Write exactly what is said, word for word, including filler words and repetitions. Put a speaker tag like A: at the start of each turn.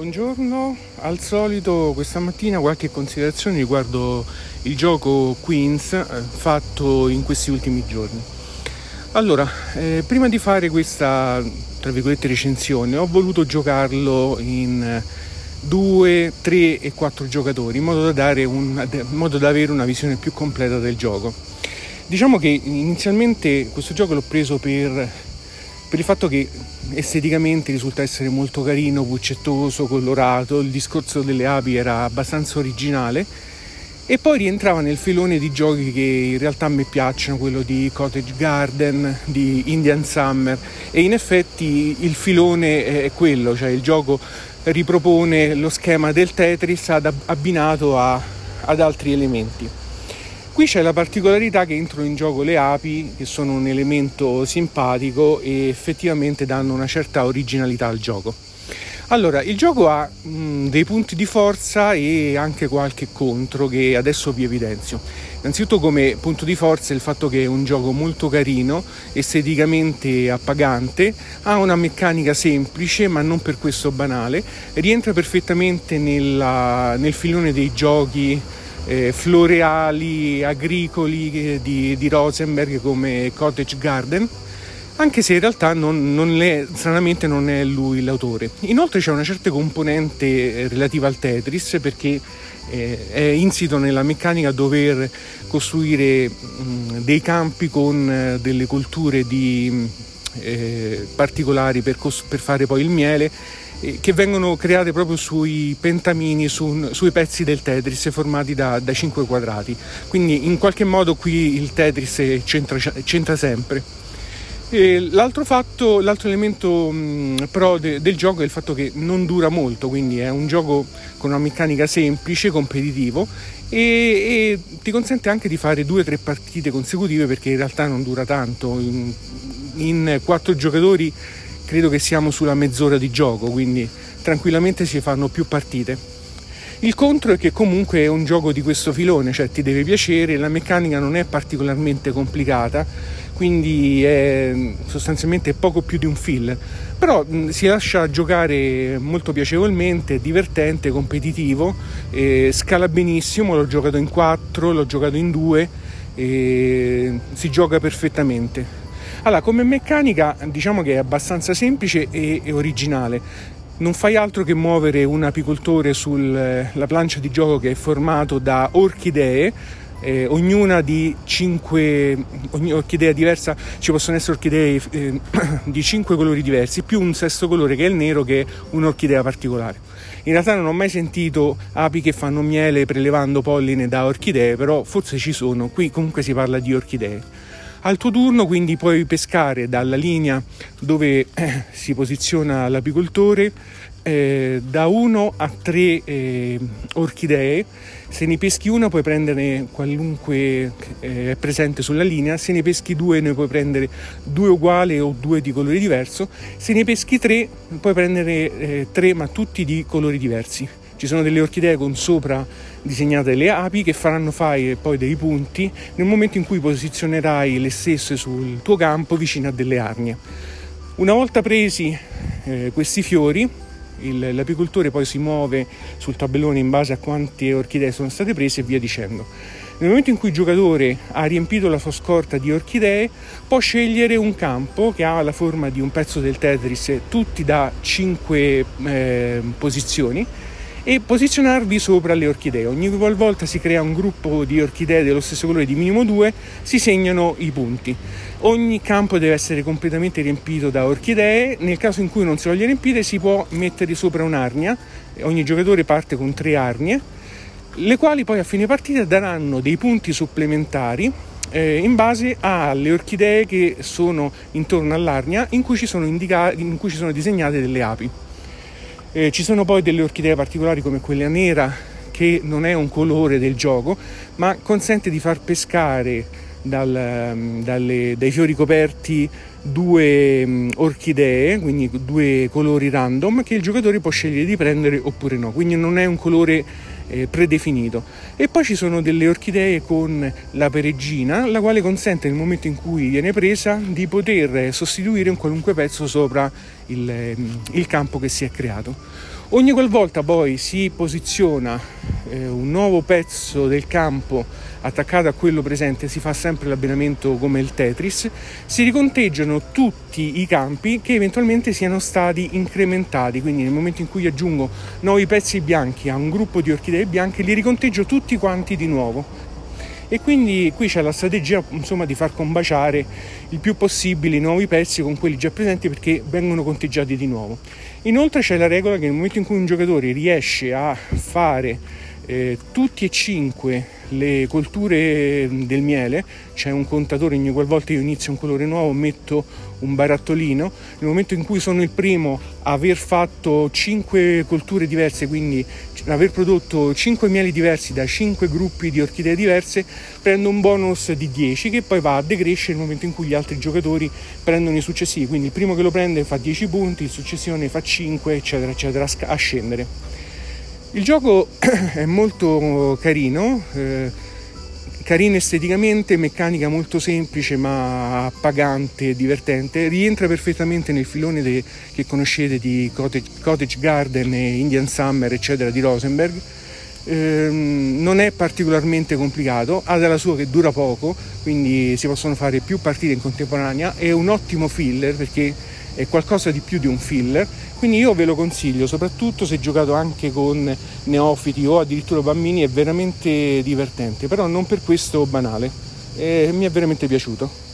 A: Buongiorno, al solito questa mattina qualche considerazione riguardo il gioco Queens eh, fatto in questi ultimi giorni. Allora, eh, prima di fare questa, tra virgolette, recensione, ho voluto giocarlo in due, tre e quattro giocatori in modo da, dare un, in modo da avere una visione più completa del gioco. Diciamo che inizialmente questo gioco l'ho preso per... per il fatto che esteticamente risulta essere molto carino, puccettoso, colorato, il discorso delle api era abbastanza originale e poi rientrava nel filone di giochi che in realtà a me piacciono, quello di Cottage Garden, di Indian Summer, e in effetti il filone è quello, cioè il gioco ripropone lo schema del Tetris abbinato a, ad altri elementi. Qui c'è la particolarità che entrano in gioco le api, che sono un elemento simpatico e effettivamente danno una certa originalità al gioco. Allora, il gioco ha mh, dei punti di forza e anche qualche contro che adesso vi evidenzio. Innanzitutto, come punto di forza, il fatto che è un gioco molto carino, esteticamente appagante, ha una meccanica semplice ma non per questo banale, rientra perfettamente nella, nel filone dei giochi Eh, floreali, agricoli eh, di, di Rosenberg come Cottage Garden, anche se in realtà non, non è, stranamente non è lui l'autore. Inoltre c'è una certa componente eh, relativa al Tetris, perché eh, è insito nella meccanica dover costruire mh, dei campi con eh, delle colture di, eh, particolari per, cos- per fare poi il miele, che vengono create proprio sui pentamini, su, sui pezzi del Tetris formati da, da cinque quadrati. Quindi in qualche modo qui il Tetris c'entra, c'entra sempre. E l'altro fatto, l'altro elemento mh, pro de, del gioco è il fatto che non dura molto, quindi è un gioco con una meccanica semplice, competitivo e, e ti consente anche di fare due o tre partite consecutive, perché in realtà non dura tanto. In, in quattro giocatori credo che siamo sulla mezz'ora di gioco, quindi tranquillamente si fanno più partite. Il contro è che comunque è un gioco di questo filone, cioè ti deve piacere, la meccanica non è particolarmente complicata, quindi è sostanzialmente poco più di un fill, però mh, si lascia giocare molto piacevolmente, divertente, competitivo, eh, scala benissimo, l'ho giocato in quattro, l'ho giocato in due, e si gioca perfettamente. Allora, come meccanica diciamo che è abbastanza semplice e, e originale. Non fai altro che muovere un apicoltore sulla plancia di gioco che è formato da orchidee, eh, ognuna di cinque, ogni orchidea diversa, ci possono essere orchidee eh, di cinque colori diversi, più un sesto colore che è il nero, che è un'orchidea particolare. In realtà non ho mai sentito api che fanno miele prelevando polline da orchidee, però forse ci sono, qui comunque si parla di orchidee. Al tuo turno quindi puoi pescare dalla linea dove eh, si posiziona l'apicoltore eh, da uno a tre eh, orchidee. Se ne peschi una puoi prendere qualunque eh, è presente sulla linea, se ne peschi due ne puoi prendere due uguali o due di colore diverso, se ne peschi tre puoi prendere eh, tre ma tutti di colori diversi. Ci sono delle orchidee con sopra disegnate le api che faranno fare poi dei punti nel momento in cui posizionerai le stesse sul tuo campo vicino a delle arnie. Una volta presi eh, questi fiori, il, l'apicoltore poi si muove sul tabellone in base a quante orchidee sono state prese e via dicendo. Nel momento in cui il giocatore ha riempito la sua scorta di orchidee, può scegliere un campo che ha la forma di un pezzo del Tetris, tutti da cinque eh, posizioni, e posizionarvi sopra le orchidee. Ogni volta si crea un gruppo di orchidee dello stesso colore di minimo due, si segnano i punti. Ogni campo deve essere completamente riempito da orchidee. Nel caso in cui non si voglia riempire, si può mettere sopra un'arnia. Ogni giocatore parte con tre arnie, le quali poi a fine partita daranno dei punti supplementari eh, in base alle orchidee che sono intorno all'arnia in cui ci sono, indica- in cui ci sono disegnate delle api. Eh, ci sono poi delle orchidee particolari come quella nera, che non è un colore del gioco ma consente di far pescare dal, dalle, dai fiori coperti due um, orchidee, quindi due colori random che il giocatore può scegliere di prendere oppure no, quindi non è un colore eh, predefinito. E poi ci sono delle orchidee con la peregrina, la quale consente nel momento in cui viene presa di poter sostituire un qualunque pezzo sopra il, il campo che si è creato. Ogni qualvolta poi si posiziona eh, un nuovo pezzo del campo attaccato a quello presente, si fa sempre l'abbinamento come il Tetris, si riconteggiano tutti i campi che eventualmente siano stati incrementati, quindi nel momento in cui aggiungo nuovi pezzi bianchi a un gruppo di orchidee bianche li riconteggio tutti quanti di nuovo. E quindi qui c'è la strategia, insomma, di far combaciare il più possibile i nuovi pezzi con quelli già presenti, perché vengono conteggiati di nuovo. Inoltre c'è la regola che nel momento in cui un giocatore riesce a fare eh, tutti e cinque le colture del miele, c'è un contatore, ogni qualvolta io inizio un colore nuovo metto un barattolino, nel momento in cui sono il primo a aver fatto cinque colture diverse, quindi aver prodotto cinque mieli diversi da cinque gruppi di orchidee diverse, prendo un bonus di dieci che poi va a decrescere nel momento in cui gli altri giocatori prendono i successivi, quindi il primo che lo prende fa dieci punti, il successivo ne fa cinque, eccetera eccetera, a scendere. Il gioco è molto carino, eh, carino esteticamente, meccanica molto semplice ma appagante e divertente, rientra perfettamente nel filone de, che conoscete di Cottage, Cottage Garden e Indian Summer eccetera di Rosenberg. Eh, non è particolarmente complicato, ha dalla sua che dura poco, quindi si possono fare più partite in contemporanea, è un ottimo filler perché è qualcosa di più di un filler, quindi io ve lo consiglio, soprattutto se giocato anche con neofiti o addirittura bambini, è veramente divertente, però non per questo banale, e mi è veramente piaciuto.